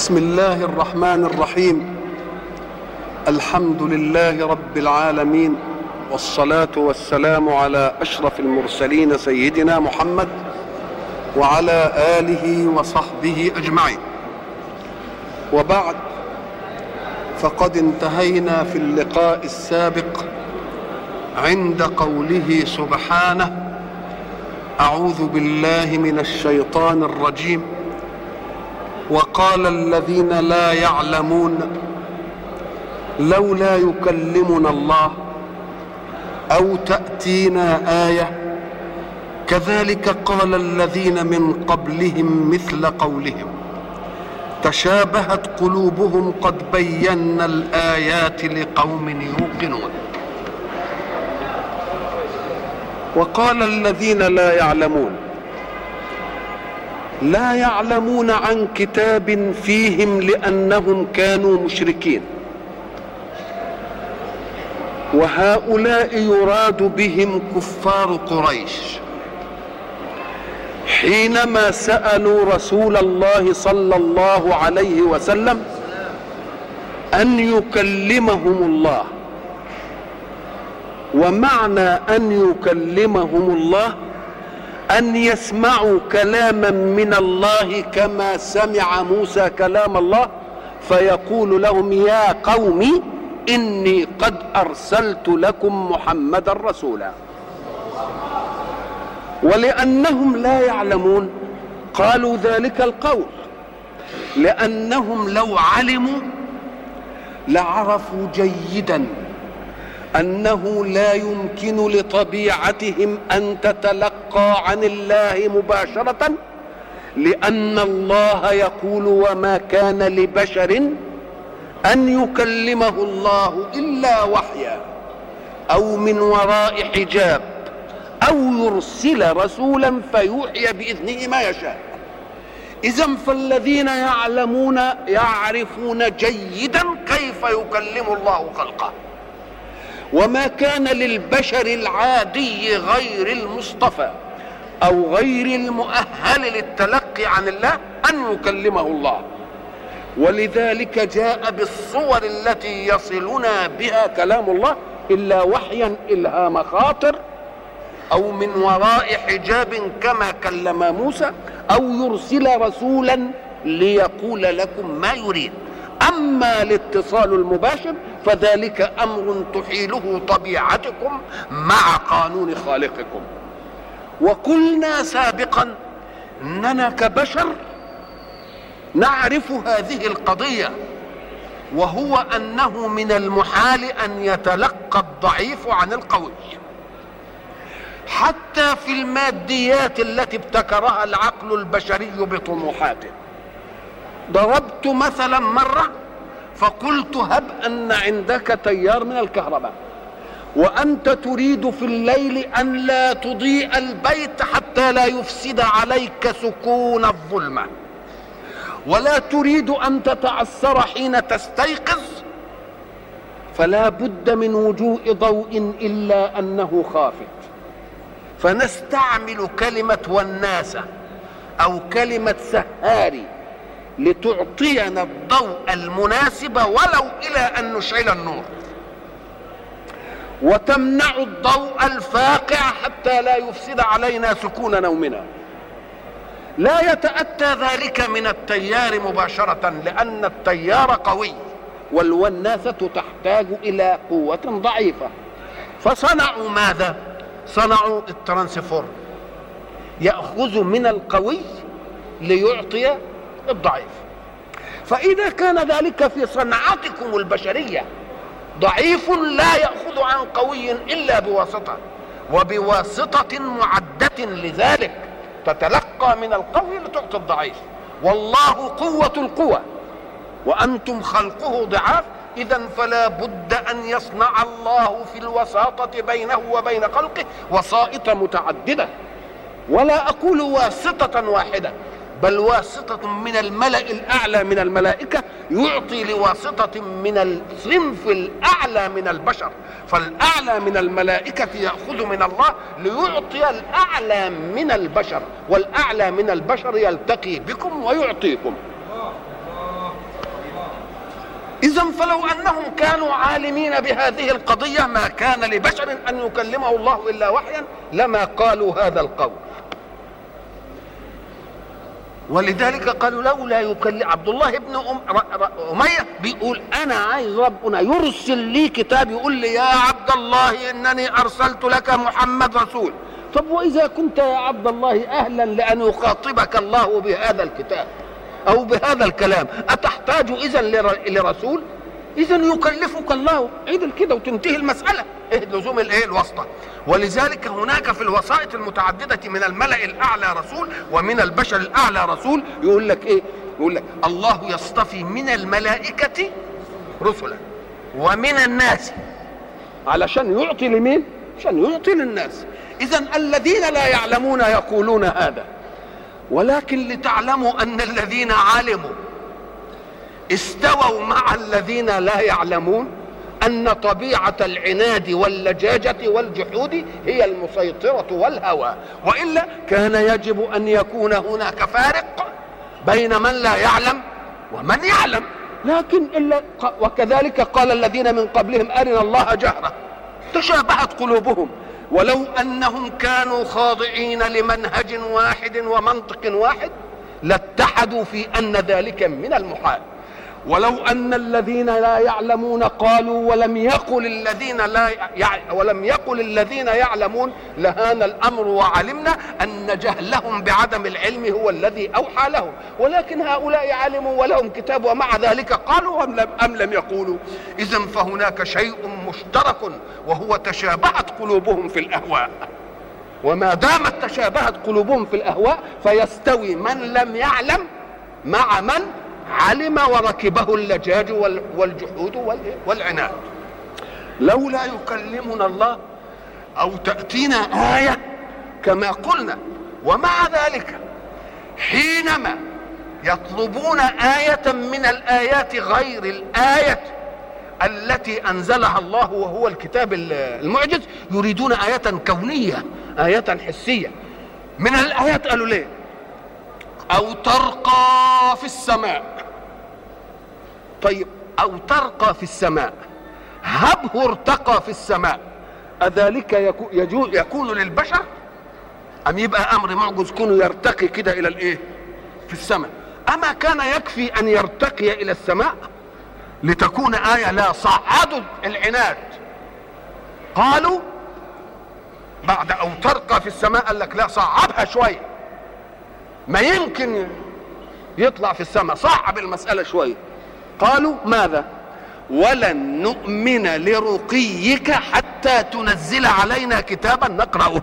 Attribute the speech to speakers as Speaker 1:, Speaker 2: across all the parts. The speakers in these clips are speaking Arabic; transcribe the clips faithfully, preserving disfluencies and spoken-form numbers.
Speaker 1: بسم الله الرحمن الرحيم. الحمد لله رب العالمين، والصلاة والسلام على أشرف المرسلين سيدنا محمد وعلى آله وصحبه أجمعين. وبعد، فقد انتهينا في اللقاء السابق عند قوله سبحانه: أعوذ بالله من الشيطان الرجيم. وقال الذين لا يعلمون لولا يكلمنا الله أو تأتينا آية كذلك قال الذين من قبلهم مثل قولهم تشابهت قلوبهم قد بينا الآيات لقوم يوقنون. وقال الذين لا يعلمون لا يعلمون عن كتاب فيهم لأنهم كانوا مشركين، وهؤلاء يراد بهم كفار قريش حينما سألوا رسول الله صلى الله عليه وسلم أن يكلمهم الله. ومعنى أن يكلمهم الله أن يسمعوا كلاما من الله كما سمع موسى كلام الله، فيقول لهم: يا قوم إني قد أرسلت لكم محمدا رسولا. ولأنهم لا يعلمون قالوا ذلك القول، لأنهم لو علموا لعرفوا جيدا أنه لا يمكن لطبيعتهم أن تتلقى عن الله مباشرة، لأن الله يقول: وما كان لبشر أن يكلمه الله إلا وحيا أو من وراء حجاب أو يرسل رسولا فيوحي بإذنه ما يشاء. إذن فالذين يعلمون يعرفون جيدا كيف يكلم الله خلقه. وما كان للبشر العادي غير المصطفى أو غير المؤهل للتلقي عن الله أن يكلمه الله، ولذلك جاء بالصور التي يصلنا بها كلام الله إلا وحيا إلهام خاطر أو من وراء حجاب كما كلم موسى أو يرسل رسولا ليقول لكم ما يريد. أما الاتصال المباشر فذلك أمر تحيله طبيعتكم مع قانون خالقكم. وقلنا سابقا أننا كبشر نعرف هذه القضية، وهو أنه من المحال أن يتلقى الضعيف عن القوي، حتى في الماديات التي ابتكرها العقل البشري بطموحاته. ضربت مثلا مرة فقلت: هب أن عندك تيار من الكهرباء وأنت تريد في الليل أن لا تضيء البيت حتى لا يفسد عليك سكون الظلمة، ولا تريد أن تتعثر حين تستيقظ، فلا بد من وجوء ضوء إلا أنه خافت، فنستعمل كلمة والناسة أو كلمة سهاري لتعطينا الضوء المناسب ولو إلى أن نشعل النور، وتمنع الضوء الفاقع حتى لا يفسد علينا سكون نومنا. لا يتأتى ذلك من التيار مباشرة، لأن التيار قوي والوناسة تحتاج إلى قوة ضعيفة. فصنعوا ماذا؟ صنعوا الترانسفورم، يأخذ من القوي ليعطي الضعيف. فإذا كان ذلك في صنعتكم البشرية، ضعيف لا يأخذ عن قوي إلا بواسطة، وبواسطة معدة لذلك تتلقى من القوي لتعطي الضعيف. والله قوة القوى وأنتم خلقه ضعاف. إذن فلا بد أن يصنع الله في الوساطة بينه وبين خلقه وسائط متعددة، ولا أقول واسطة واحدة، بل واسطة من الملأ الأعلى من الملائكة يعطي لواسطة من الصنف الأعلى من البشر. فالأعلى من الملائكة يأخذ من الله ليعطي الأعلى من البشر، والأعلى من البشر يلتقي بكم ويعطيكم. إذا فلو أنهم كانوا عالمين بهذه القضية ما كان لبشر أن يكلمه الله إلا وحيا لما قالوا هذا القول. ولذلك قالوا لولا يكلم عبد الله بن أمية بيقول أنا عايز ربنا يرسل لي كتاب يقول لي يا عبد الله إنني أرسلت لك محمد رسول. طب وإذا كنت يا عبد الله أهلا لأن يخاطبك الله بهذا الكتاب أو بهذا الكلام أتحتاج إذن لرسول؟ إذن يكلفك الله عدل كده وتنتهي المسألة. إيه لزوم الإيه الواسطة؟ ولذلك هناك في الوسائط المتعددة من الملأ الأعلى رسول ومن البشر الأعلى رسول. يقول لك إيه؟ يقول لك الله يصطفي من الملائكة رسلا ومن الناس، علشان يعطي لمين؟ عشان يعطي للناس. إذن الذين لا يعلمون يقولون هذا، ولكن لتعلموا أن الذين علموا استووا مع الذين لا يعلمون أن طبيعة العناد واللجاجة والجحود هي المسيطرة والهوى، وإلا كان يجب أن يكون هناك فارق بين من لا يعلم ومن يعلم. لكن إلا وكذلك قال الذين من قبلهم أرنا الله جهرة تشابهت قلوبهم. ولو أنهم كانوا خاضعين لمنهج واحد ومنطق واحد لاتحدوا في أن ذلك من المحال. ولو أن الذين لا يعلمون قالوا ولم يقل الذين لا يع... ولم يقل الذين يعلمون لهان الأمر وعلمنا أن جهلهم بعدم العلم هو الذي أوحى لهم. ولكن هؤلاء علموا ولهم كتاب ومع ذلك قالوا أم لم, أم لم يقولوا. إذن فهناك شيء مشترك وهو تشابهت قلوبهم في الأهواء، وما دامت تشابهت قلوبهم في الأهواء فيستوي من لم يعلم مع من علم وركبه اللجاج والجحود والعناد. لولا يكلمنا الله أو تأتينا آية كما قلنا. ومع ذلك حينما يطلبون آية من الآيات غير الآية التي أنزلها الله وهو الكتاب المعجز يريدون آية كونية، آية حسية. من الآيات قالوا ليه؟ أو ترقى في السماء. طيب أو ترقى في السماء، هبه ارتقى في السماء، أذلك يكون, يكون للبشر أم يبقى أمر معجز كونه يرتقي كده إلى الإيه؟ في السماء؟ أما كان يكفي أن يرتقي إلى السماء لتكون آية؟ لا، صعدوا العناد. قالوا بعد أو ترقى في السماء قال لك لا، صعبها شوية، ما يمكن يطلع في السماء، صعب المسألة شوية. قالوا ماذا؟ ولن نؤمن لرقيك حتى تنزل علينا كتابا نقرأه.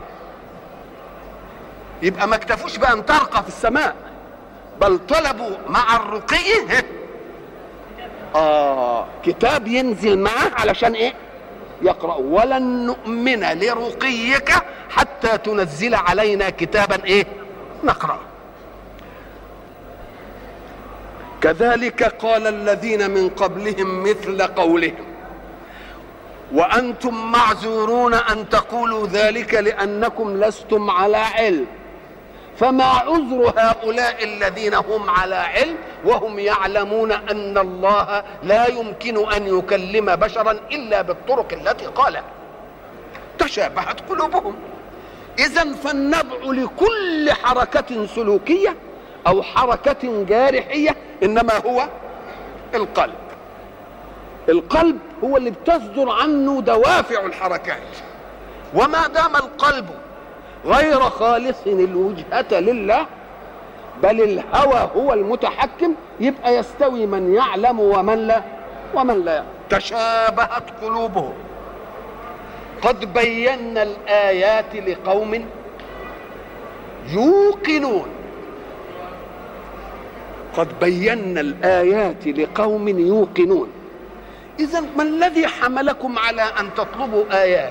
Speaker 1: يبقى ما اكتفوش بأن ترقى في السماء، بل طلبوا مع الرقي آه كتاب ينزل معه علشان ايه؟ يقرأ. ولن نؤمن لرقيك حتى تنزل علينا كتابا ايه؟ نقرأه. كذلك قال الذين من قبلهم مثل قولهم وأنتم معذورون أن تقولوا ذلك لأنكم لستم على علم. فما عذر هؤلاء الذين هم على علم وهم يعلمون أن الله لا يمكن أن يكلم بشرا إلا بالطرق التي قالها؟ تشابهت قلوبهم. إذن فالنبع لكل حركة سلوكية أو حركة جارحية إنما هو القلب. القلب هو اللي بتصدر عنه دوافع الحركات، وما دام القلب غير خالص الوجهة لله بل الهوى هو المتحكم يبقى يستوي من يعلم ومن لا ومن لا يعلم. تشابهت قلوبهم. قد بينا الآيات لقوم يوقنون. قد بينا الآيات لقوم يوقنون. إذن ما الذي حملكم على أن تطلبوا آيات؟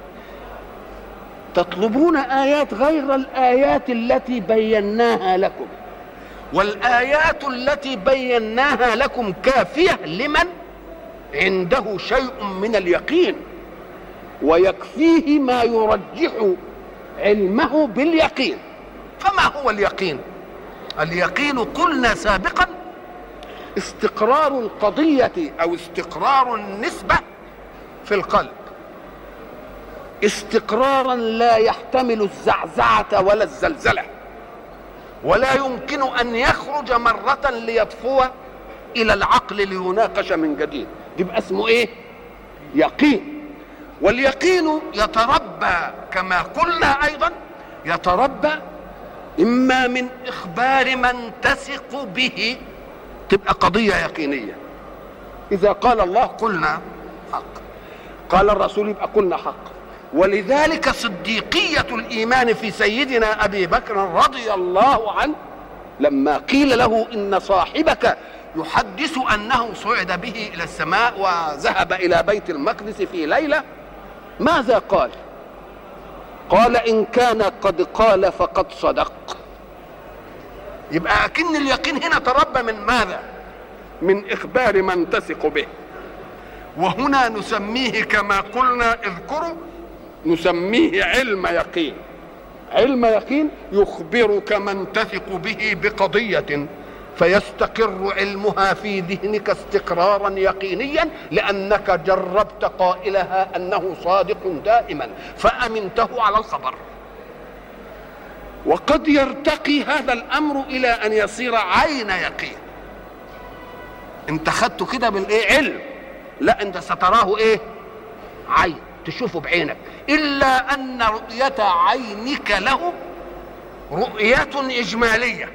Speaker 1: تطلبون آيات غير الآيات التي بيناها لكم، والآيات التي بيناها لكم كافية لمن عنده شيء من اليقين، ويكفيه ما يرجح علمه باليقين. فما هو اليقين؟ اليقين قلنا سابقا استقرار القضية أو استقرار النسبة في القلب استقرارا لا يحتمل الزعزعة ولا الزلزلة، ولا يمكن أن يخرج مرة ليطفو إلى العقل ليناقش من جديد. يبقى اسمه إيه؟ يقين. واليقين يتربى كما قلنا أيضا، يتربى إما من إخبار من تثق به، تبقى قضية يقينية. إذا قال الله قلنا حق، قال الرسول يبقى قلنا حق. ولذلك صديقية الإيمان في سيدنا أبي بكر رضي الله عنه لما قيل له إن صاحبك يحدث أنه صعد به إلى السماء وذهب إلى بيت المقدس في ليلة، ماذا قال؟ قال إن كان قد قال فقد صدق. يبقى أكن اليقين هنا تربى من ماذا؟ من إخبار من تثق به. وهنا نسميه كما قلنا اذكروا، نسميه علم يقين. علم يقين يخبرك من تثق به بقضية فيستقر علمها في ذهنك استقرارا يقينيا، لأنك جربت قائلها أنه صادق دائما فأمنته على الخبر. وقد يرتقي هذا الأمر إلى أن يصير عين يقين. انت خدته كده بالإيه؟ علم. لا، انت ستراه إيه؟ عين، تشوفه بعينك. إلا أن رؤية عينك له رؤية إجمالية،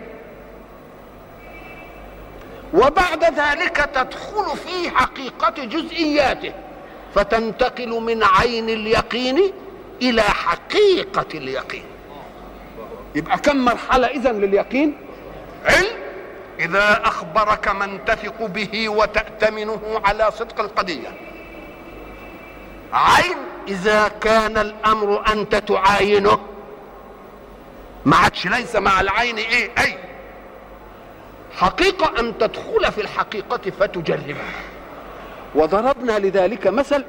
Speaker 1: وبعد ذلك تدخل في حقيقة جزئياته فتنتقل من عين اليقين إلى حقيقة اليقين. يبقى كم مرحلة إذن لليقين؟ علم إذا أخبرك من تثق به وتأتمنه على صدق القضية. عين إذا كان الأمر أنت تعاينه، ما عادش ليس مع العين إيه أي حقيقة، أن تدخل في الحقيقة فتجربها. وضربنا لذلك مثل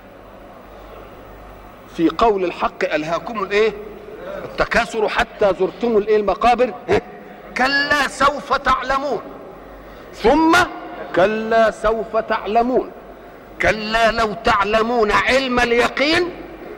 Speaker 1: في قول الحق ألهاكم الإيه؟ التكاثر حتى زرتم الإيه؟ المقابر. كلا سوف تعلمون، ثم كلا سوف تعلمون، كلا لو تعلمون علم اليقين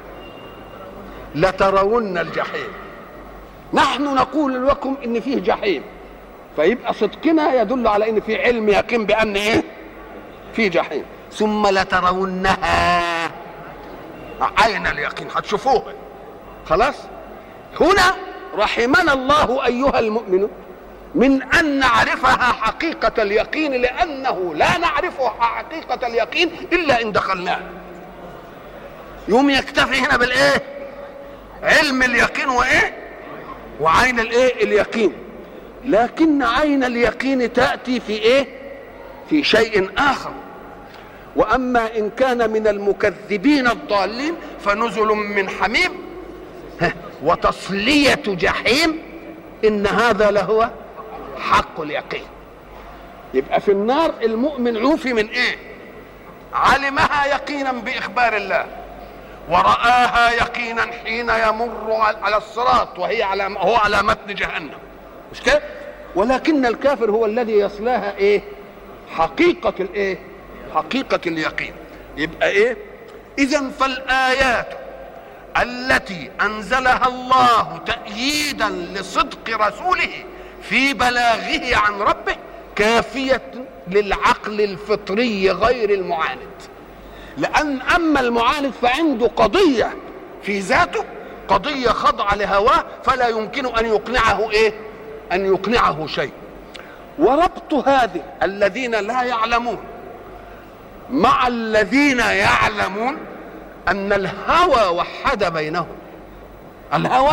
Speaker 1: لترون الجحيم. نحن نقول لكم إن فيه جحيم، فيبقى صدقنا يدل على ان في علم يقين بان ايه؟ في جحيم. ثم لترونها عين اليقين، هتشوفوها خلاص. هنا رحمنا الله ايها المؤمنون من ان نعرفها حقيقة اليقين، لانه لا نعرفها حقيقة اليقين الا ان دخلناه. يوم يكتفي هنا بالايه؟ علم اليقين وايه؟ وعين الايه؟ اليقين. لكن عين اليقين تأتي في ايه؟ في شيء آخر. وأما إن كان من المكذبين الضالين فنزل من حميم وتصلية جحيم، إن هذا لهو حق اليقين. يبقى في النار المؤمن عوفي من ايه؟ علمها يقينا بإخبار الله، ورآها يقينا حين يمر على الصراط وهي على هو على متن جهنم، مش كده؟ ولكن الكافر هو الذي يصلاها ايه؟ حقيقة الايه؟ حقيقة اليقين. يبقى ايه؟ اذن فالآيات التي انزلها الله تأييدا لصدق رسوله في بلاغه عن ربه كافية للعقل الفطري غير المعاند. لأن أما المعاند فعنده قضية في ذاته، قضية خضعة لهواه، فلا يمكن أن يقنعه إيه؟ أن يقنعه شيء. وربط هذه الذين لا يعلمون مع الذين يعلمون أن الهوى وحد بينهم. الهوى،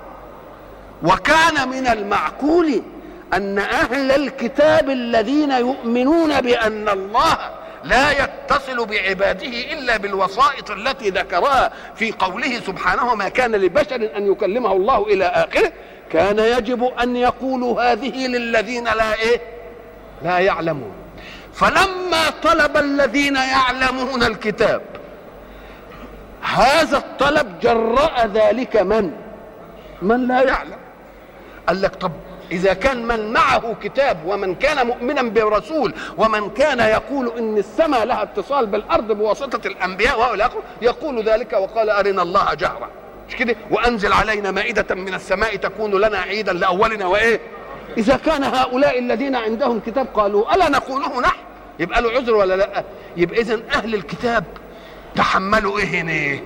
Speaker 1: وكان من المعقول أن أهل الكتاب الذين يؤمنون بأن الله لا يتصل بعباده إلا بالوسائط التي ذكرها في قوله سبحانه ما كان لبشر أن يكلمه الله إلى آخره، كان يجب أن يقولوا هذه للذين لا إيه؟ لا يعلمون. فلما طلب الذين يعلمون الكتاب هذا الطلب جرأ ذلك من؟ من لا يعلم. قال لك طب إذا كان من معه كتاب ومن كان مؤمنا برسول ومن كان يقول إن السماء لها اتصال بالأرض بواسطة الأنبياء وأولئك يقول ذلك وقال أرنا الله جهرا، مش كده؟ وأنزل علينا مائدة من السماء تكون لنا عيدا لأولنا وإيه؟ إذا كان هؤلاء الذين عندهم كتاب قالوا ألا نقوله نحن، يبقى له عذر ولا لا؟ يبقى إذن أهل الكتاب تحملوا إيه هنا؟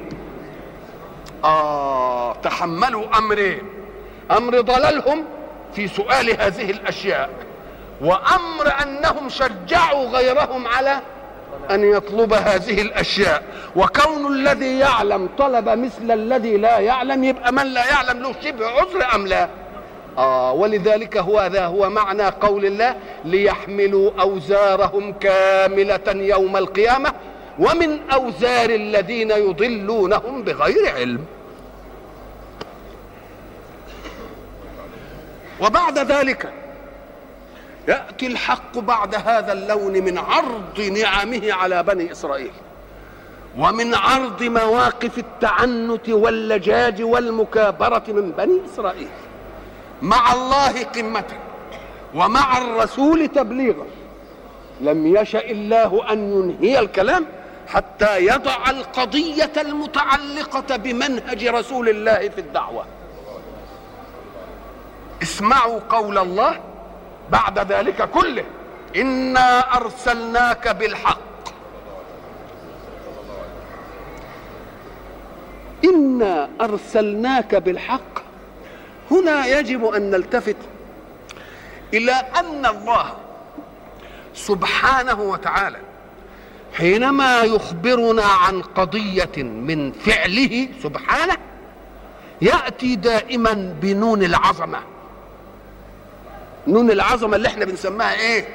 Speaker 1: آه تحملوا أمرين: أمر ضلالهم في سؤال هذه الأشياء، وأمر أنهم شجعوا غيرهم على أن يطلب هذه الأشياء. وكون الذي يعلم طلب مثل الذي لا يعلم، يبقى من لا يعلم له شبه عذر أم لا؟ آه ولذلك هو ذا هو معنى قول الله: ليحملوا أوزارهم كاملة يوم القيامة ومن أوزار الذين يضلونهم بغير علم. وبعد ذلك يأتي الحق بعد هذا اللون من عرض نعمه على بني إسرائيل ومن عرض مواقف التعنت واللجاج والمكابرة من بني إسرائيل مع الله قمة ومع الرسول تبليغا. لم يشأ الله أن ينهي الكلام حتى يضع القضية المتعلقة بمنهج رسول الله في الدعوة. اسمعوا قول الله بعد ذلك كله: إنا أرسلناك بالحق. إنا أرسلناك بالحق. هنا يجب أن نلتفت إلى أن الله سبحانه وتعالى حينما يخبرنا عن قضية من فعله سبحانه يأتي دائما بنون العظمة. نون العظمة اللي احنا بنسميها ايه؟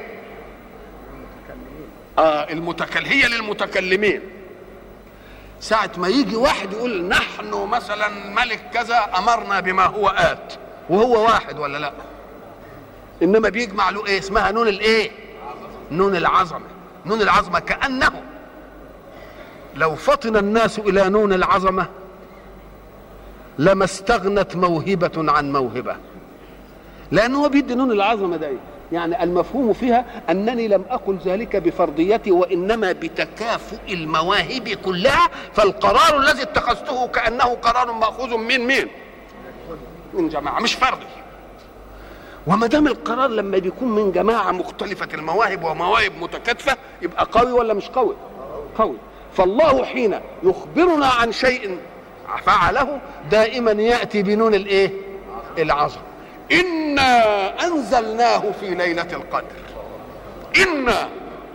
Speaker 1: آه المتكلم، هي للمتكلمين. ساعة ما يجي واحد يقول نحن مثلا ملك كذا أمرنا بما هو آت، وهو واحد ولا لا؟ إنما بيجمع له ايه؟ اسمها نون الايه؟ نون العظمة. نون العظمة كأنه لو فطن الناس إلى نون العظمة لما استغنت موهبة عن موهبة، لأنه هو بيدي نون العظمة ده. يعني المفهوم فيها أنني لم أقل ذلك بفرضيتي وإنما بتكافؤ المواهب كلها، فالقرار الذي اتخذته كأنه قرار مأخوذ من مين؟ من جماعة، مش فردي. وما دام القرار لما بيكون من جماعة مختلفة المواهب ومواهب متكاتفة يبقى قوي ولا مش قوي؟ قوي. فالله حين يخبرنا عن شيء فعله دائما يأتي بنون الايه؟ العظمة. إنا أنزلناه في ليلة القدر. إنا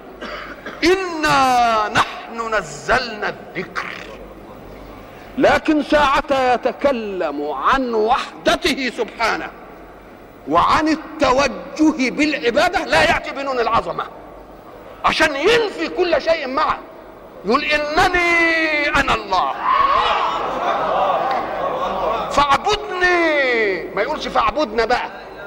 Speaker 1: إنا نحن نزلنا الذكر. لكن ساعة يتكلم عن وحدته سبحانه وعن التوجه بالعبادة لا يأتي بنون العظمة عشان ينفي كل شيء معه. يقول إنني أنا الله فاعبدني، ما يقولش فاعبدنا بقى.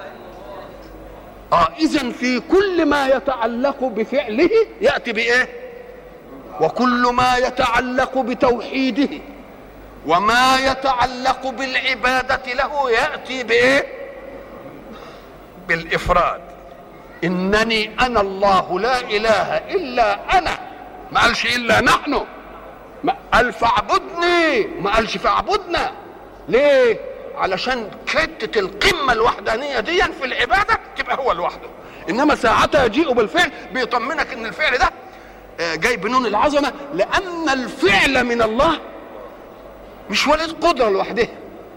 Speaker 1: اه اذا في كل ما يتعلق بفعله يأتي بإيه؟ وكل ما يتعلق بتوحيده وما يتعلق بالعبادة له يأتي بإيه؟ بالإفراد. إنني أنا الله لا إله إلا أنا، ما قالش إلا نحن، ما قال فاعبدني، ما قالش فاعبدنا. ليه؟ علشان حتة القمة الوحدانية دي في العبادة تبقى هو لوحده. إنما ساعتها يجيء بالفعل بيطمنك إن الفعل ده جاي بنون العظمة، لأن الفعل من الله مش ولد قدرة لوحده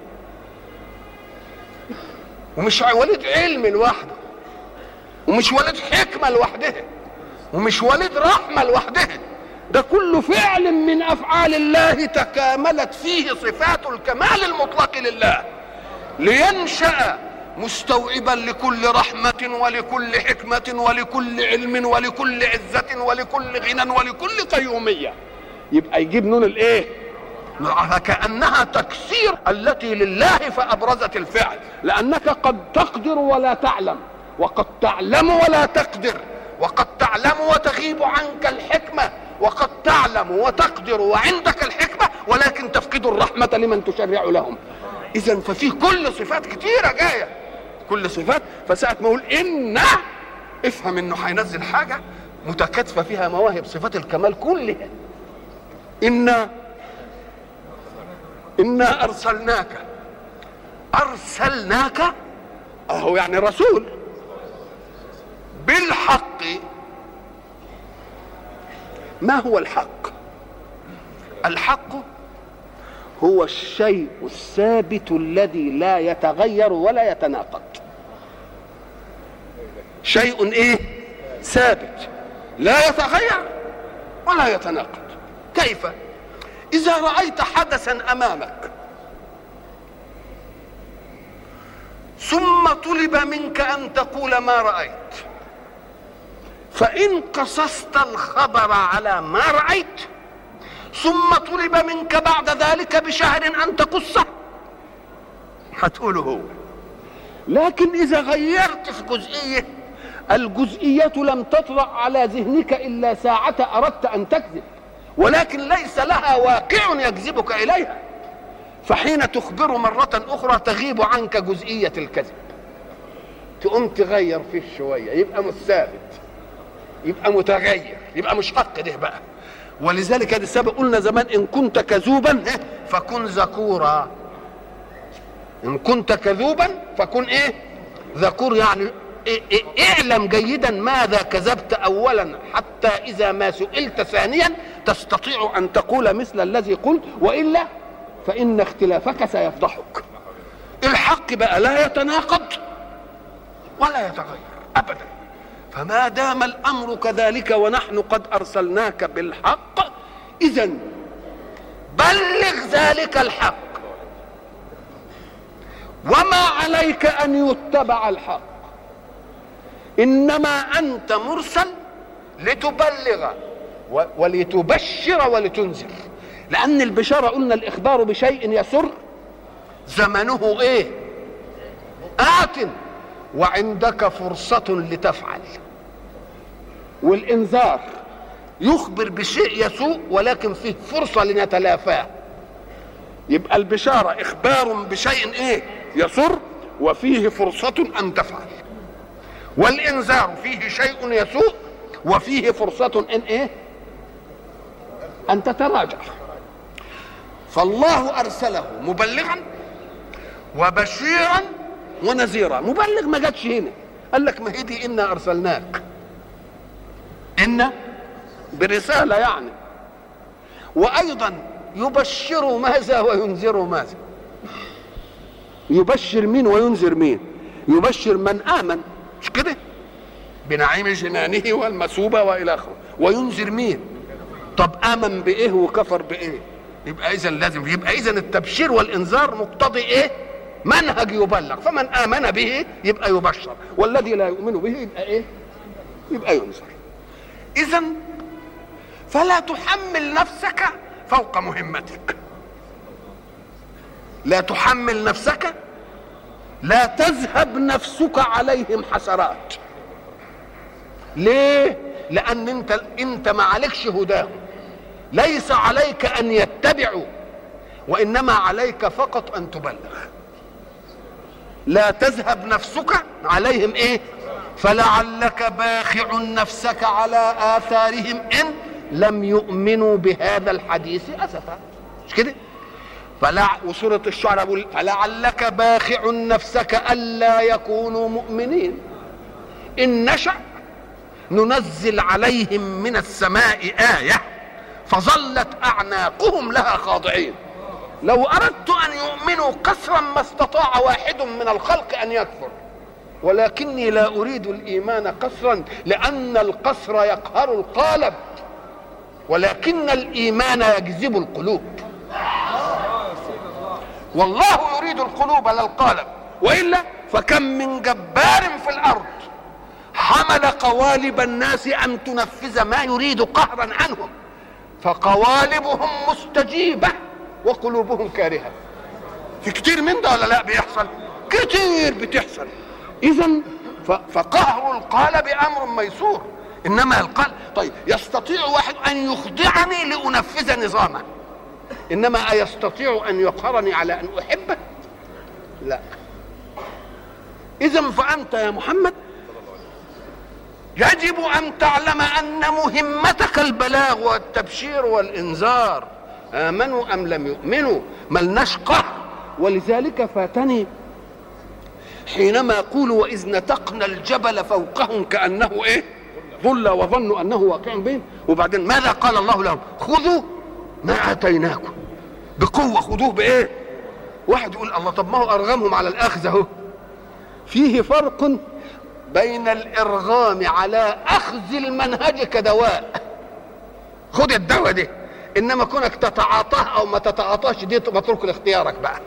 Speaker 1: ومش ولد علم لوحده ومش ولد حكمة لوحده ومش ولد رحمة لوحده. ده كل فعل من أفعال الله تكاملت فيه صفات الكمال المطلق لله لينشأ مستوعبا لكل رحمة ولكل حكمة ولكل علم ولكل عزة ولكل غنى ولكل قيومية. يبقى يجيب نون الايه؟ كأنها تكسير التي لله فأبرزت الفعل، لأنك قد تقدر ولا تعلم، وقد تعلم ولا تقدر، وقد تعلم وتغيب عنك الحكمة، وقد تعلم وتقدر وعندك الحكمة ولكن تفقد الرحمة لمن تشرع لهم. إذن ففيه كل صفات كتيرة جاية، كل صفات. فساعة ما اقول إن افهم انه هينزل حاجة متكاتفة فيها مواهب صفات الكمال كلها. إنا إنا أرسلناك أرسلناك أهو يعني رسول بالحق. ما هو الحق؟ الحق هو الشيء الثابت الذي لا يتغير ولا يتناقض. شيء ايه؟ ثابت لا يتغير ولا يتناقض. كيف؟ إذا رأيت حدثا أمامك ثم طلب منك أن تقول ما رأيت، فإن قصصت الخبر على ما رأيت ثم طلب منك بعد ذلك بشهر أن تقصه هتقوله هو. لكن إذا غيرت في جزئية، الجزئية لم تطرأ على ذهنك إلا ساعة أردت أن تكذب، ولكن ليس لها واقع يجذبك إليها، فحين تخبر مرة أخرى تغيب عنك جزئية الكذب، تقوم تغير فيه شوية، يبقى مش ثابت، يبقى متغير، يبقى مش حق ده بقى. ولذلك هذا السبب قلنا زمان إن كنت كذوبا فكن ذكورا. إن كنت كذوبا فكن إيه؟ ذكور. يعني إيه إيه اعلم جيدا ماذا كذبت أولا حتى إذا ما سئلت ثانيا تستطيع أن تقول مثل الذي قلت، وإلا فإن اختلافك سيفضحك. الحق بقى لا يتناقض ولا يتغير أبدا. فما دام الأمر كذلك ونحن قد أرسلناك بالحق، إذن بلغ ذلك الحق، وما عليك أن يتبع الحق، إنما أنت مرسل لتبلغ ولتبشر ولتنذر. لأن البشارة قلنا الإخبار بشيء يسر زمنه إيه؟ آت وعندك فرصة لتفعل. والإنذار يخبر بشيء يسوء ولكن فيه فرصة لنتلافاه. يبقى البشارة إخبار بشيء إيه؟ يسر وفيه فرصة أن تفعل، والإنذار فيه شيء يسوء وفيه فرصة أن إيه؟ أن تتراجع. فالله أرسله مبلغا وبشيرا ونذيرا. مبلغ ما جاتش هنا، قال لك ما هي دي إنا أرسلناك، إن برسالة يعني. وأيضا يبشر ماذا وينذر ماذا؟ يبشر مين وينذر مين؟ يبشر من آمن، مش كده؟ بنعيم جنانه والمثوبة وإلى آخره. وينذر مين؟ طب آمن بإيه وكفر بإيه؟ يبقى إذن لازم، يبقى إذن التبشير والإنذار مقتضي إيه؟ منهج يبلغ. فمن آمن به يبقى يبشر، والذي لا يؤمن به يبقى إيه؟ يبقى ينذر. إذن فلا تحمل نفسك فوق مهمتك، لا تحمل نفسك، لا تذهب نفسك عليهم حسرات. ليه؟ لأن انت انت ما عليكش هداهم، ليس عليك ان يتبعوا، وانما عليك فقط ان تبلغ. لا تذهب نفسك عليهم ايه؟ فلعلك باخع نفسك على آثارهم ان لم يؤمنوا بهذا الحديث اسفا، مش كده؟ فلا وسورة الشعراء بقول فلعلك باخع نفسك ألا يكونوا مؤمنين إن نشأ ننزل عليهم من السماء آية فظلت أعناقهم لها خاضعين. لو أردت أن يؤمنوا قسرا ما استطاع واحد من الخلق أن يكفر، ولكني لا أريد الإيمان قسرا، لأن القسر يقهر القالب، ولكن الإيمان يجذب القلوب. والله يريد القلوب لا القالب، وإلا فكم من جبار في الأرض حمل قوالب الناس أن تنفذ ما يريد قهرا عنهم، فقوالبهم مستجيبة وقلوبهم كارهة. في كتير من ده ولا لا بيحصل؟ كتير بتحصل. إذن فقهر القالب أمر ميسور، إنما القلب طيب يستطيع واحد أن يخضعني لأنفذ نظامه، إنما أيستطيع أن يقهرني على أن أحبه؟ لا. إذن فأنت يا محمد يجب أن تعلم أن مهمتك البلاغ والتبشير والإنذار. آمنوا أم لم يؤمنوا، ملناش قهر. ولذلك فاتني حينما يقول وإذ نتقنا الجبل فوقهم كأنه إيه ظل وظنوا أنه واقع بهم، وبعدين ماذا قال الله لهم؟ خذوا ما آتيناكم بقوة. خذوه بإيه؟ واحد يقول الله طب ما هو أرغمهم على الأخذ أهو. فيه فرق بين الإرغام على أخذ المنهج كدواء، خذ الدواء دي، إنما كونك تتعاطاه أو ما تتعاطاش دي متروك لاختيارك بقى.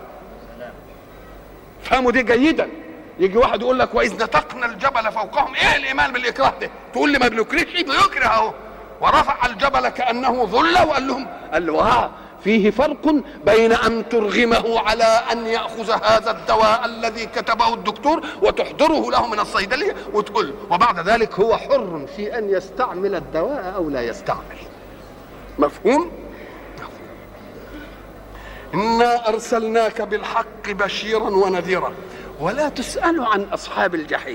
Speaker 1: فهموا دي جيدا. يجي واحد يقول لك وإذ نتقنا الجبل فوقهم، إيه الإيمان بالإكراه ده؟ تقول لي ما بنكرهش، بيكره أهو. ورفع الجبل كأنه ظل وقال لهم قال له ها فيه فرق بين أن ترغمه على أن يأخذ هذا الدواء الذي كتبه الدكتور وتحضره له من الصيدلية وتقول وبعد ذلك هو حر في أن يستعمل الدواء أو لا يستعمل. مفهوم؟ إنا أرسلناك بالحق بشيرا ونذيرا ولا تسأل عن أصحاب الجحيم.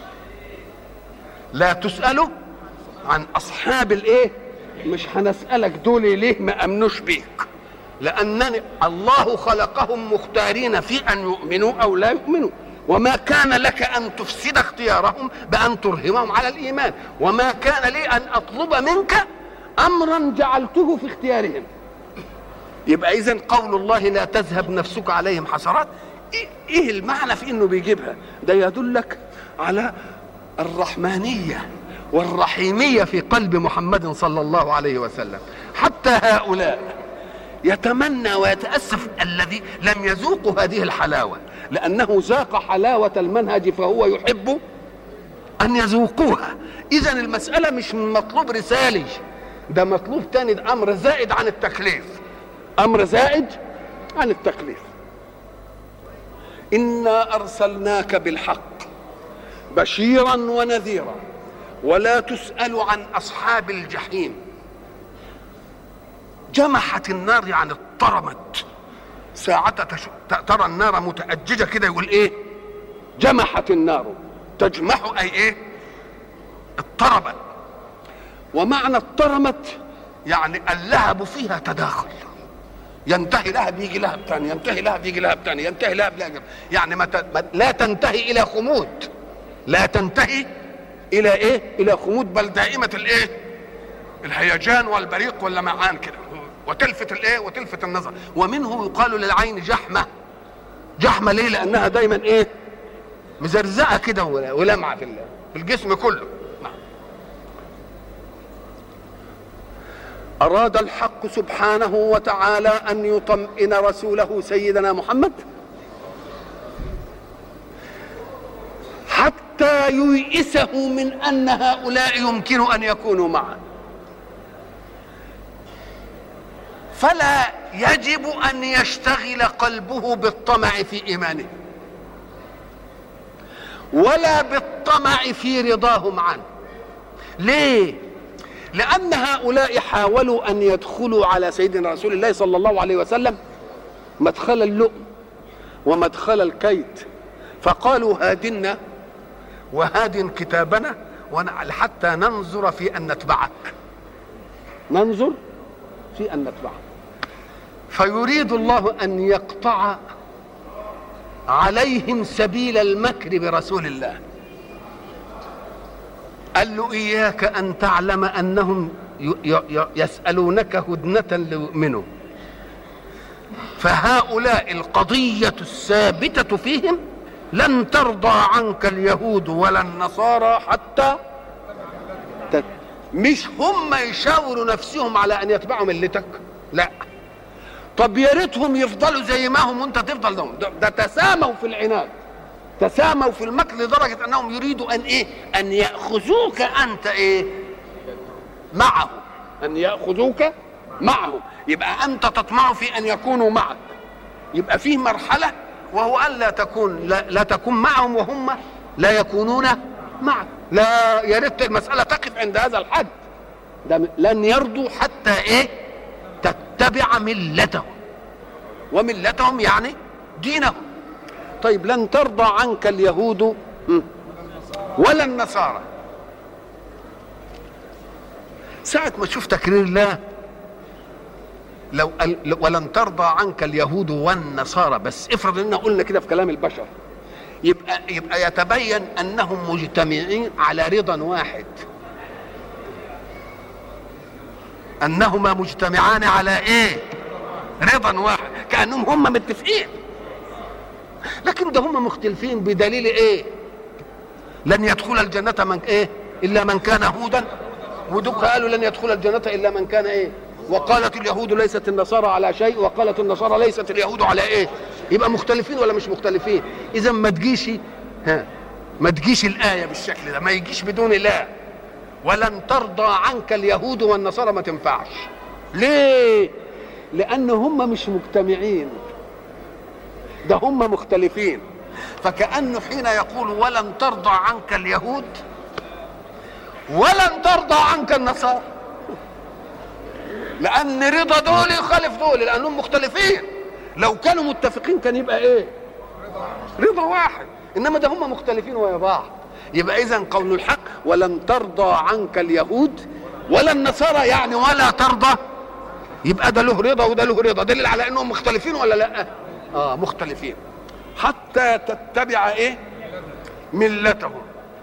Speaker 1: لا تسأل عن أصحاب الإيه؟ مش هنسألك دول ليه ما أمنوش بيك، لأنني الله خلقهم مختارين في أن يؤمنوا أو لا يؤمنوا، وما كان لك أن تفسد اختيارهم بأن ترهمهم على الإيمان، وما كان لي أن أطلب منك أمرا جعلته في اختيارهم. يبقى إذن قول الله لا تذهب نفسك عليهم حسرات، إيه المعنى في إنه بيجيبها؟ ده يدلك على الرحمانية والرحيمية في قلب محمد صلى الله عليه وسلم. حتى هؤلاء يتمنى ويتأسف الذي لم يذوقوا هذه الحلاوة، لأنه ذاق حلاوة المنهج فهو يحب أن يذوقوها. إذن المسألة مش من مطلوب رسالي، ده مطلوب تاني، ده أمر زائد عن التكليف، أمر زائد عن التكليف. إنا أرسلناك بالحق بشيرا ونذيرا ولا تسأل عن أصحاب الجحيم. جمحت النار يعني اضطرمت، ساعة ترى النار متأججة كده يقول ايه؟ جمحت النار، تجمح اي ايه؟ اضطربت. ومعنى اضطرمت يعني اللهب فيها تداخل، ينتهي لهب يجي لهب تاني، ينتهي لهب يجي لهب تاني، ينتهي لهب لهب، يعني ما ت... لا تنتهي الى خمود، لا تنتهي الى ايه؟ الى خمود، بل دائمة الايه؟ الهيجان والبريق واللمعان كده، وتلفت الايه؟ وتلفت النظر. ومنه يقال للعين جحمة. جحمة ليه؟ لانها دايما ايه؟ مزرزقة كده ولمعة في الجسم كله. أراد الحق سبحانه وتعالى أن يطمئن رسوله سيدنا محمد حتى ييئسه من أن هؤلاء يمكن أن يكونوا معه، فلا يجب أن يشتغل قلبه بالطمع في إيمانه ولا بالطمع في رضاهم عنه. ليه؟ لأن هؤلاء حاولوا أن يدخلوا على سيدنا رسول الله صلى الله عليه وسلم مدخل اللؤم ومدخل الكيد، فقالوا هادنا وهاد كتابنا حتى ننظر في أن نتبعك، ننظر في أن نتبعك. فيريد الله أن يقطع عليهم سبيل المكر برسول الله. قال له إياك أن تعلم أنهم يسألونك هدنة ليؤمنوا، فهؤلاء القضية الثابتة فيهم لن ترضى عنك اليهود ولا النصارى حتى تت... مش هم يشاوروا نفسهم على أن يتبعوا ملتك، لا. طب يا ريتهم يفضلوا زي ما هم وانت تفضل لهم. ده, ده تساموا في العناد، تساموا في المكر لدرجة أنهم يريدوا أن إيه؟ أن يأخذوك أنت إيه؟ معهم، أن يأخذوك معهم. يبقى أنت تطمع في أن يكونوا معك، يبقى فيه مرحلة وهو أن لا تكون لا, لا تكون معهم وهم لا يكونون معك. لا، يا ريت المسألة تقف عند هذا الحد. ده لن يرضوا حتى إيه؟ تتبع ملتهم، وملتهم يعني دينهم. طيب لن ترضى عنك اليهود ولا النصارى. ساعة ما تشوف تكرير الله لو ولن ترضى عنك اليهود والنصارى، بس افرض اننا قلنا كده في كلام البشر، يبقى يبقى يتبين انهم مجتمعين على رضا واحد، انهما مجتمعان على ايه؟ رضا واحد، كانهم هم متفقين. لكن ده هم مختلفين بدليل ايه؟ لن يدخل الجنة من ايه؟ الا من كان هودا، ودك قالوا لن يدخل الجنة الا من كان ايه؟ وقالت اليهود ليست النصارى على شيء، وقالت النصارى ليست اليهود على ايه؟ يبقى مختلفين ولا مش مختلفين؟ اذا ما تجيش ها ما تجيش الايه بالشكل ده، ما يجيش بدون لا. ولن ترضى عنك اليهود والنصارى ما تنفعش. ليه؟ لان هم مش مجتمعين، ده هم مختلفين. فكأنه حين يقول ولن ترضى عنك اليهود ولن ترضى عنك النصارى، لأن رضا دول يخالف دول لأنهم مختلفين. لو كانوا متفقين كان يبقى إيه؟ رضا واحد، إنما ده هم مختلفين ويا بعض. يبقى إذن قول الحق ولن ترضى عنك اليهود ولا النصارى، يعني ولا ترضى، يبقى ده له رضا وده له رضا، دليل على إنهم مختلفين ولا لأ؟ آه مختلفين. حتى تتبع إيه؟ ملتهم.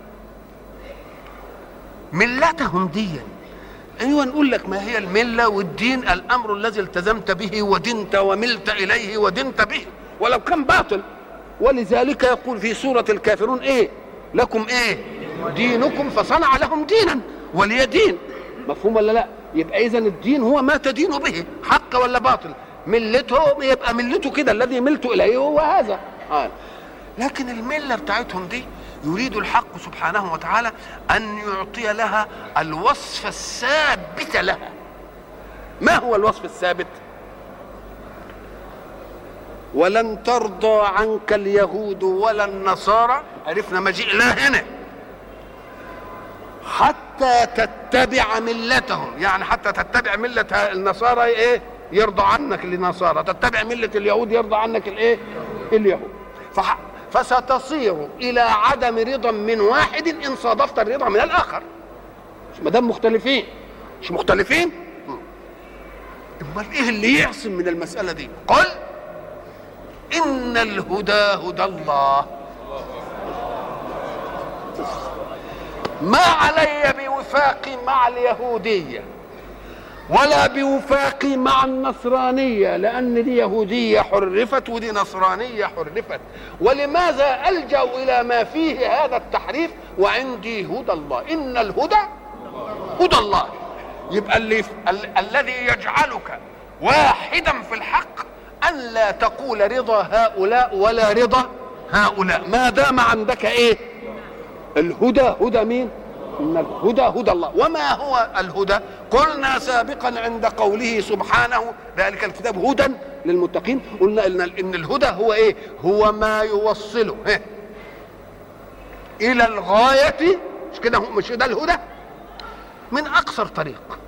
Speaker 1: ملتهم دي ايوه نقول لك ما هي المله والدين؟ الامر الذي التزمت به ودنت وملت اليه ودنت به ولو كان باطل. ولذلك يقول في سوره الكافرون ايه؟ لكم ايه؟ دينكم فصنع لهم دينا ولي دين. مفهوم ولا لا؟ يبقى اذا الدين هو ما تدين به، حق ولا باطل. ملته يبقى ملته كده، الذي ملت اليه هو هذا. آه. لكن المله بتاعتهم دي يريد الحق سبحانه وتعالى أن يعطي لها الوصف الثابت لها. ما هو الوصف الثابت؟ ولن ترضى عنك اليهود ولا النصارى، عرفنا مجيء لا هنا، حتى تتبع ملتهم، يعني حتى تتبع ملة النصارى ايه؟ يرضى عنك النصارى، تتبع ملة اليهود يرضى عنك الايه؟ اليهود. فح فستصير الى عدم رضا من واحد ان صادفت الرضا من الاخر. ما دام مختلفين، مش مختلفين؟ امال ايه اللي يعصم من المساله دي؟ قل ان الهدى هدى الله، ما علي بوفاقي مع اليهوديه ولا بوفاقي مع النصرانية، لأن دي يهودية حرفت ودي نصرانية حرفت. ولماذا ألجأ إلى ما فيه هذا التحريف وعندي هدى الله؟ إن الهدى هدى الله. يبقى اللي ال- الذي يجعلك واحدا في الحق أن لا تقول رضا هؤلاء ولا رضا هؤلاء، ما دام عندك إيه؟ الهدى هدى مين؟ إن الهدى هدى الله. وما هو الهدى؟ قلنا سابقا عند قوله سبحانه ذلك الكتاب هدى للمتقين، قلنا إن الهدى هو إيه؟ هو ما يوصله إيه؟ إلى الغاية، مش كده؟ مش ده الهدى؟ من أقصر طريق،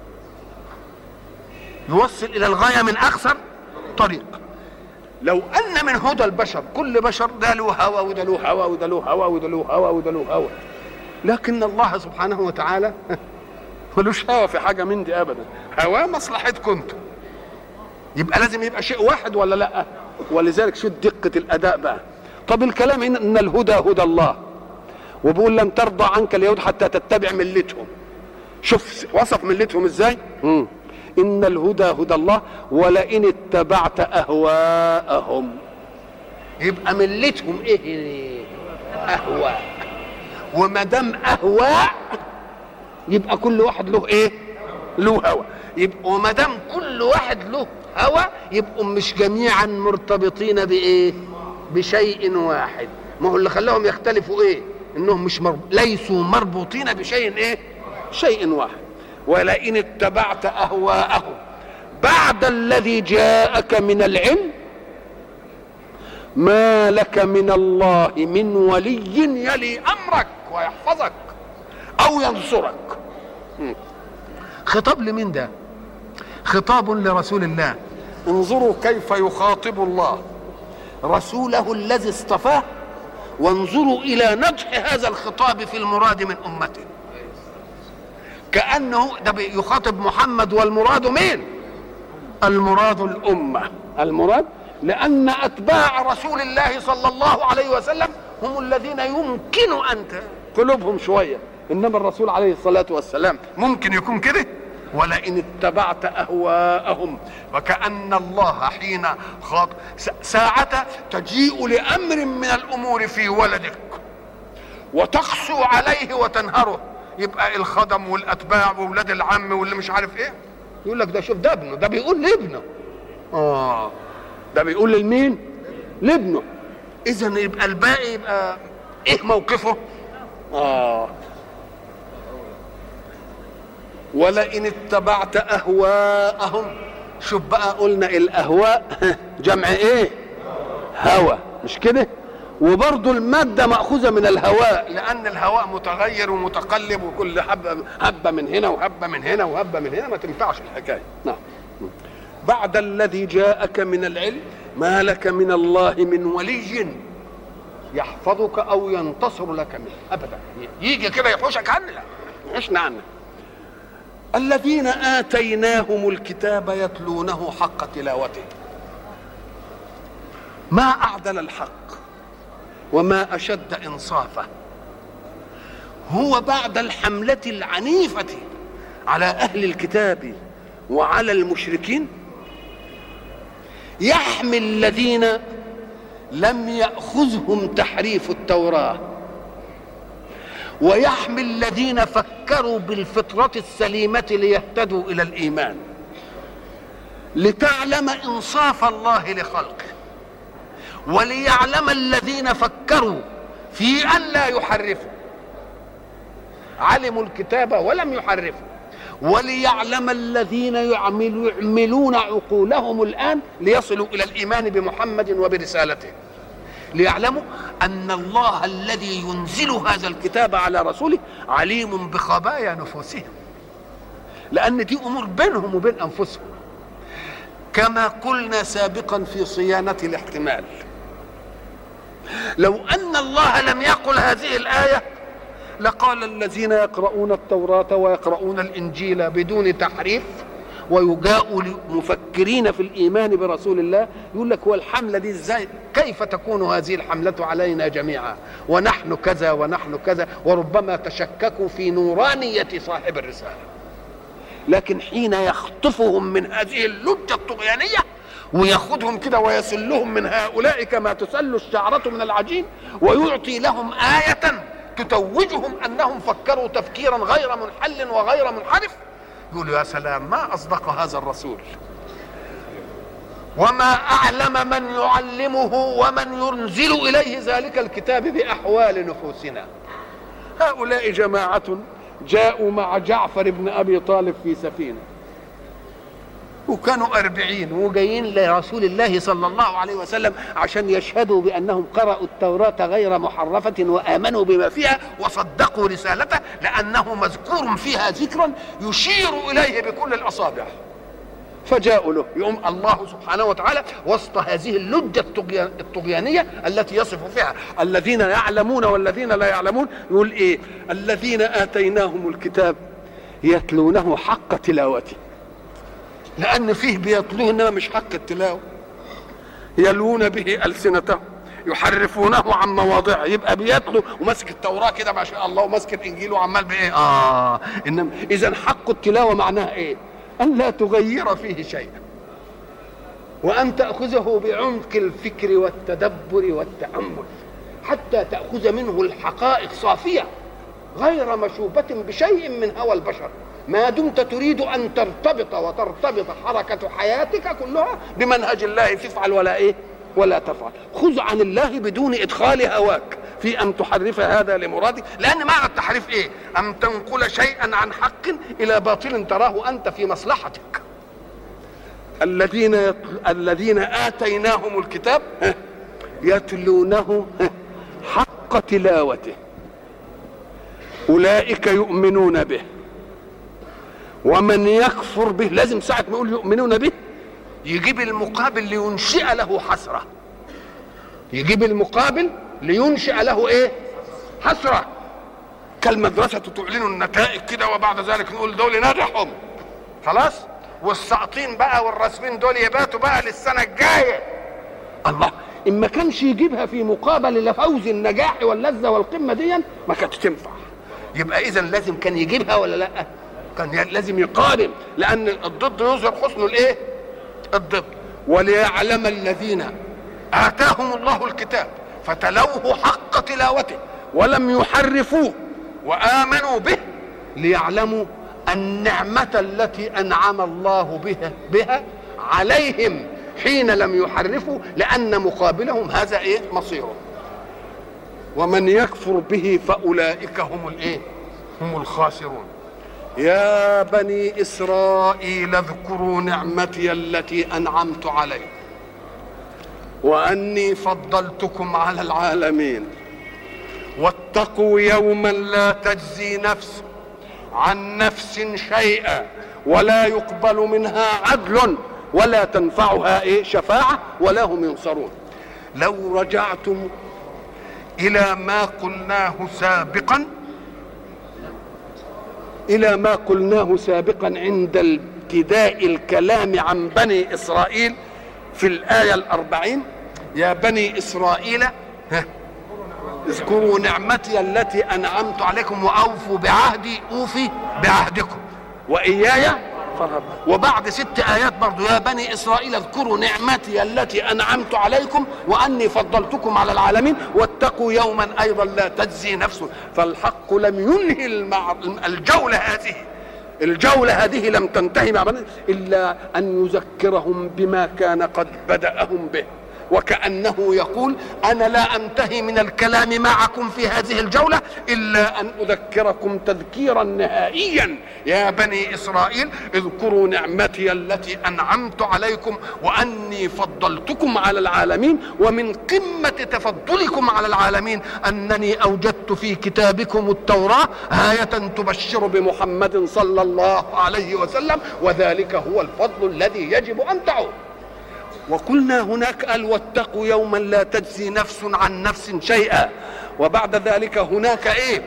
Speaker 1: يوصل إلى الغاية من أقصر طريق. لو أن من هدى البشر كل بشر ده له هوى وده له هوى وده له هوى وده له هوى وده له هوى، لكن الله سبحانه وتعالى ملوش هوى في حاجه من دي ابدا، هواه مصلحتكم انتم. يبقى لازم يبقى شيء واحد ولا لا؟ ولذلك شو دقه الاداء بقى. طب الكلام ان, إن الهدى هدى الله، وبيقول لن ترضى عنك اليهود حتى تتبع ملتهم. شوف وصف ملتهم ازاي؟ مم. ان الهدى هدى الله ولئن اتبعت اهواءهم. يبقى ملتهم ايه؟ اهواء. وما دام اهواء يبقى كل واحد له ايه؟ له هوى. يبقى وما دام كل واحد له هوى يبقوا مش جميعا مرتبطين بايه؟ بشيء واحد. ما هو اللي خلاهم يختلفوا ايه؟ انهم مش مرب... ليسوا مربوطين بشيء ايه؟ شيء واحد. ولئن اتبعت اهواءهم بعد الذي جاءك من العلم ما لك من الله من ولي يلي امرك ويحفظك او ينصرك. خطاب لمين ده؟ خطاب لرسول الله. انظروا كيف يخاطب الله رسوله الذي اصطفاه، وانظروا الى نضح هذا الخطاب في المراد من امته، كأنه ده يخاطب محمد، والمراد مين؟ المراد الامة، المراد لان اتباع رسول الله صلى الله عليه وسلم هم الذين يمكن ان قلوبهم شوية، انما الرسول عليه الصلاة والسلام ممكن يكون كده؟ ولئن اتبعت اهواءهم. وكأن الله حين خاط ساعة تجيء لامر من الامور في ولدك وتقسو عليه وتنهره، يبقى الخدم والاتباع واولاد العم واللي مش عارف ايه يقول لك ده شوف ده ابنه، ده بيقول لابنه، اه ده بيقول لمين؟ لابنه. اذا يبقى الباقي يبقى ايه موقفه؟ اه ولئن اتبعت اهواءهم. شوف بقى قلنا الاهواء جمع ايه؟ هوى، مش كده؟ وبرضه المادة مأخوذة من الهواء، لأن الهواء متغير ومتقلب، وكل حبة هبة من هنا وهبة من هنا وهبة من هنا، ما تنفعش الحكاية. نعم. بعد الذي جاءك من العلم ما لك من الله من ولي يحفظك أو ينتصر لك منه أبدا، يجي كده يحوشك عنه، لا يحوشنا عنه. الذين آتيناهم الكتاب يتلونه حق تلاوته. ما أعدل الحق وما أشد إنصافه. هو بعد الحملة العنيفة على أهل الكتاب وعلى المشركين يحمي الذين لم يأخذهم تحريف التوراة، ويحمي الذين فكروا بالفطرة السليمة ليهتدوا إلى الإيمان، لتعلم إنصاف الله لخلقه، وليعلم الذين فكروا في أن لا يحرفوا، علموا الكتاب ولم يحرفوا، وليعلم الذين يعمل يعملون عقولهم الآن ليصلوا إلى الإيمان بمحمد وبرسالته، ليعلموا أن الله الذي ينزل هذا الكتاب على رسوله عليم بخبايا نفوسهم، لأن دي أمور بينهم وبين أنفسهم، كما قلنا سابقا في صيانة الاحتمال. لو أن الله لم يقل هذه الآية لقال الذين يقرؤون التوراة ويقرؤون الإنجيل بدون تحريف، ويجاء لمفكرين في الإيمان برسول الله يقول لك هو الحملة دي ازاي؟ كيف تكون هذه الحملة علينا جميعا ونحن كذا ونحن كذا، وربما تشككوا في نورانية صاحب الرسالة. لكن حين يخطفهم من هذه اللجة الطغيانية وياخذهم كده ويسلهم من هؤلاء كما تسل الشعرة من العجين، ويعطي لهم آية تتوجهم أنهم فكروا تفكيرا غير منحل وغير منحرف، يقولوا يا سلام ما أصدق هذا الرسول، وما أعلم من يعلمه ومن ينزل إليه ذلك الكتاب بأحوال نفوسنا. هؤلاء جماعة جاءوا مع جعفر بن أبي طالب في سفينة، وكانوا أربعين وجايين لرسول الله صلى الله عليه وسلم عشان يشهدوا بأنهم قرأوا التوراة غير محرفة وآمنوا بما فيها وصدقوا رسالته، لأنه مذكور فيها ذكرا يشير إليه بكل الأصابع. فجاءوا له، يقوم الله سبحانه وتعالى وسط هذه اللجة الطغيانية التي يصف فيها الذين يعلمون والذين لا يعلمون، يقول إيه؟ الذين آتيناهم الكتاب يتلونه حق تلاوته، لأن فيه بيتلوه إنما مش حق التلاوة، يلوون به ألسنتهم يحرفونه عن مواضعه، يبقى بيتلو وماسك التوراة كده ما شاء الله وماسك الإنجيل وعمال بإيه؟ آه إنما إذا حق التلاوة معناها إيه؟ أن لا تغير فيه شيئا، وأن تأخذه بعمق الفكر والتدبر والتأمل حتى تأخذ منه الحقائق صافية غير مشوبة بشيء من هوى البشر، ما دمت تريد أن ترتبط وترتبط حركة حياتك كلها بمنهج الله، تفعل ولا إيه ولا تفعل. خذ عن الله بدون إدخال هواك في أن تحرف هذا لمرادك، لأن معنى التحريف إيه؟ أن تنقل شيئا عن حق إلى باطل تراه أنت في مصلحتك. الذين يتل... الذين آتيناهم الكتاب يتلونه حق تلاوته أولئك يؤمنون به، ومن يكفر به لازم ساعة ما يقول يؤمنون به يجيب المقابل لينشئ له حسرة، يجيب المقابل لينشئ له ايه؟ حسرة. كالمدرسة تعلن النتائج كده وبعد ذلك نقول دول نجحوا خلاص، والساقطين بقى والراسبين دول يباتوا بقى للسنة الجاية. الله، إن ما كانش يجيبها في مقابل لفوز النجاح واللذة والقمة دي ما كانت تنفع. يبقى إذن لازم كان يجيبها ولا لأ؟ كان لازم يقارن، لأن الضد يظهر حسن الإيه؟ الضد. وليعلم الذين آتاهم الله الكتاب فتلوه حق تلاوته ولم يحرفوه وآمنوا به ليعلموا النعمة التي أنعم الله بها بها عليهم حين لم يحرفوا، لأن مقابلهم هذا إيه؟ مصيره. ومن يكفر به فأولئك هم الإيه؟ هم الخاسرون. يا بني إسرائيل اذكروا نعمتي التي أنعمت عليكم وأني فضلتكم على العالمين واتقوا يوما لا تجزي نفس عن نفس شيئا ولا يقبل منها عدل ولا تنفعها إيه؟ شفاعة ولا هم ينصرون. لو رجعتم إلى ما قلناه سابقا إلى ما قلناه سابقا عند ابتداء الكلام عن بني إسرائيل في الآية الأربعين، يا بني إسرائيل اذكروا نعمتي التي أنعمت عليكم وأوفوا بعهدي أوفي بعهدكم وإياي فارهبون. وبعد ست آيات برضو يا بني إسرائيل اذكروا نعمتي التي أنعمت عليكم وأني فضلتكم على العالمين واتقوا يوما أيضا لا تجزي نفس. فالحق لم ينهي المع... الجولة هذه الجولة هذه لم تنتهي مع بني إلا أن يذكرهم بما كان قد بدأهم به، وكأنه يقول أنا لا أنتهي من الكلام معكم في هذه الجولة إلا أن أذكركم تذكيرا نهائيا. يا بني إسرائيل اذكروا نعمتي التي أنعمت عليكم وأني فضلتكم على العالمين، ومن قمة تفضلكم على العالمين أنني أوجدت في كتابكم التوراة آية تبشر بمحمد صلى الله عليه وسلم، وذلك هو الفضل الذي يجب أن تعود. وقلنا هناك قال واتقوا يوما لا تجزي نفس عن نفس شيئا، وبعد ذلك هناك ايه؟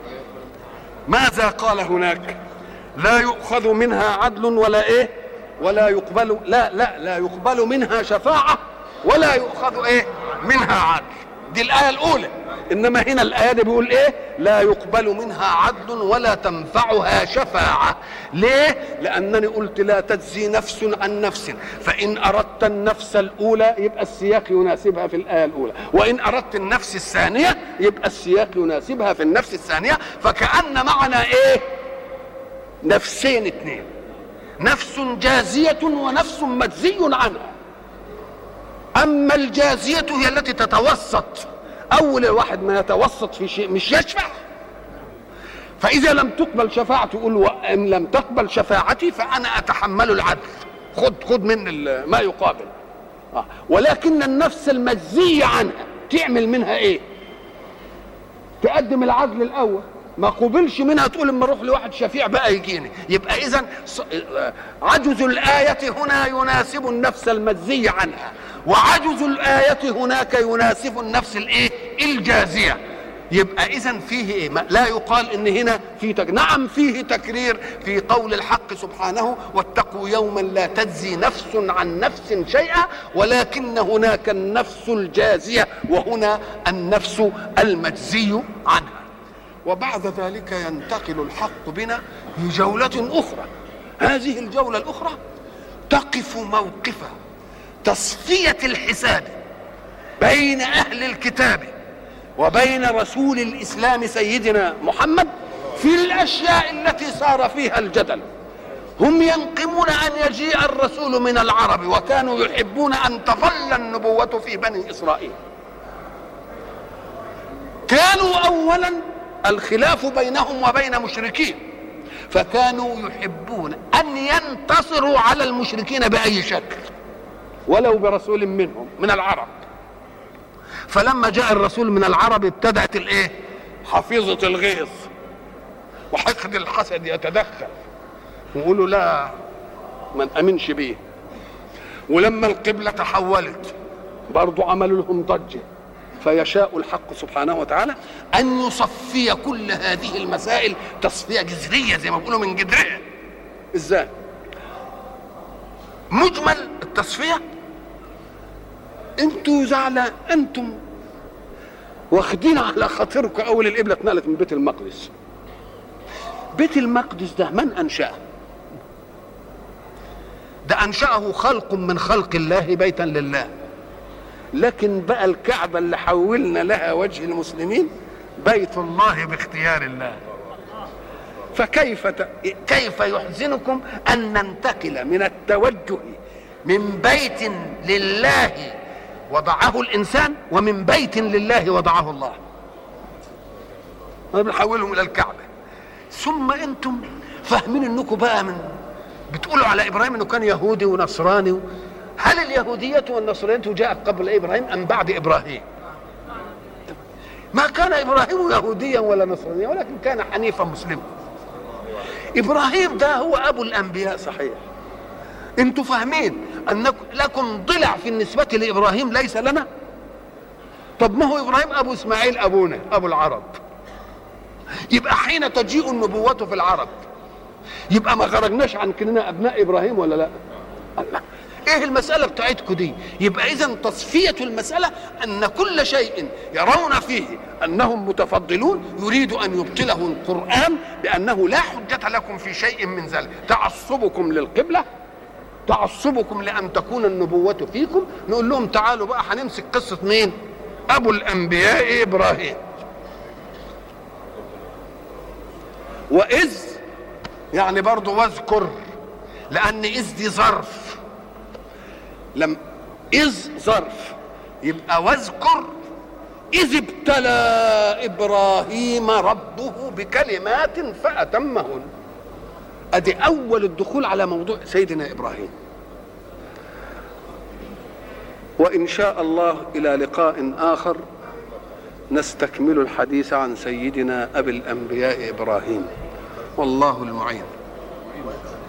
Speaker 1: ماذا قال هناك؟ لا يؤخذ منها عدل ولا ايه؟ ولا يقبل لا لا لا يقبل منها شفاعة ولا يؤخذ ايه؟ منها عدل. دي الآية الأولى. إنما هنا الآية دي بيقول إيه؟ لا يقبل منها عدل ولا تنفعها شفاعة. ليه؟ لأنني قلت لا تجزي نفس عن نفس، فإن أردت النفس الأولى يبقى السياق يناسبها في الآية الأولى، وإن أردت النفس الثانية يبقى السياق يناسبها في النفس الثانية. فكأن معنا إيه؟ نفسين اتنين، نفس جازية ونفس مجزي عنها. أما الجازية هي التي تتوسط، أول الواحد ما يتوسط في شيء مش يشفع، فإذا لم تقبل شفاعتي يقول وإن لم تقبل شفاعتي فأنا أتحمل العدل، خد خد من ما يقابل. آه. ولكن النفس المجزية عنها تعمل منها إيه؟ تقدم العدل الأول، ما قبلش منها تقول اما اروح لواحد شفيع بقى يجيني. يبقى إذن عجز الآية هنا يناسب النفس المجزية عنها، وعجز الآية هناك يناسب النفس الايه؟ الجازية. يبقى إذن فيه ايه؟ لا يقال ان هنا في تك... نعم فيه تكرير في قول الحق سبحانه واتقوا يوما لا تجزي نفس عن نفس شيئا، ولكن هناك النفس الجازية وهنا النفس المجزي عنها. وبعد ذلك ينتقل الحق بنا لجولة أخرى. هذه الجولة الأخرى تقف موقف تصفية الحساب بين أهل الكتاب وبين رسول الإسلام سيدنا محمد في الأشياء التي صار فيها الجدل. هم ينقمون أن يجيء الرسول من العرب، وكانوا يحبون أن تظل النبوة في بني إسرائيل. كانوا أولا الخلاف بينهم وبين مشركين، فكانوا يحبون أن ينتصروا على المشركين بأي شكل ولو برسول منهم من العرب. فلما جاء الرسول من العرب ابتدأت الايه؟ حفيظة الغيظ وحقد الحسد يتدخل ويقولوا لا ما نأمنش بيه. ولما القبلة تحولت برضو عملوا لهم ضجة. فيشاء الحق سبحانه وتعالى أن يصفي كل هذه المسائل تصفية جذرية زي ما بيقولوا من جذرها. إزاي؟ مجمل التصفية، انتوا زعلان، انتم واخدين على خاطركم اول القبله اتنقلت من بيت المقدس. بيت المقدس ده من انشاه؟ ده انشاه خلق من خلق الله بيتا لله. لكن بقى الكعبه اللي حولنا لها وجه المسلمين بيت الله باختيار الله. فكيف ت... كيف يحزنكم ان ننتقل من التوجه من بيت لله وضعه الانسان ومن بيت لله وضعه الله، ما بنحولهم الى الكعبه. ثم انتم فاهمين انكم بقى من بتقولوا على ابراهيم انه كان يهودي ونصراني. هل اليهوديه والنصرانيه جاءت قبل ابراهيم ام بعد ابراهيم؟ ما كان ابراهيم يهوديا ولا نصرانيا، ولكن كان حنيفا مسلما. ابراهيم ده هو ابو الانبياء صحيح. انتوا فاهمين ان لكم ضلع في النسبة لابراهيم ليس لنا؟ طب ما هو ابراهيم ابو اسماعيل ابونا ابو العرب، يبقى حين تجيء النبوة في العرب يبقى ما خرجناش عن كلنا ابناء ابراهيم ولا لا؟ الله. ايه المسألة بتاعتكم دي؟ يبقى اذا تصفية المسألة ان كل شيء يرون فيه انهم متفضلون يريد ان يبطله القرآن بانه لا حجة لكم في شيء من ذلك. تعصبكم للقبلة، تعصبكم لأن تكون النبوة فيكم. نقول لهم تعالوا بقى هنمسك قصة مين؟ أبو الأنبياء إبراهيم. وإذ يعني برضو واذكر، لأن إذ دي ظرف، لم إذ ظرف يبقى واذكر إذ ابتلى إبراهيم ربه بكلمات فأتمهن. ادي اول الدخول على موضوع سيدنا ابراهيم. وان شاء الله الى لقاء اخر نستكمل الحديث عن سيدنا ابي الانبياء ابراهيم، والله المعين.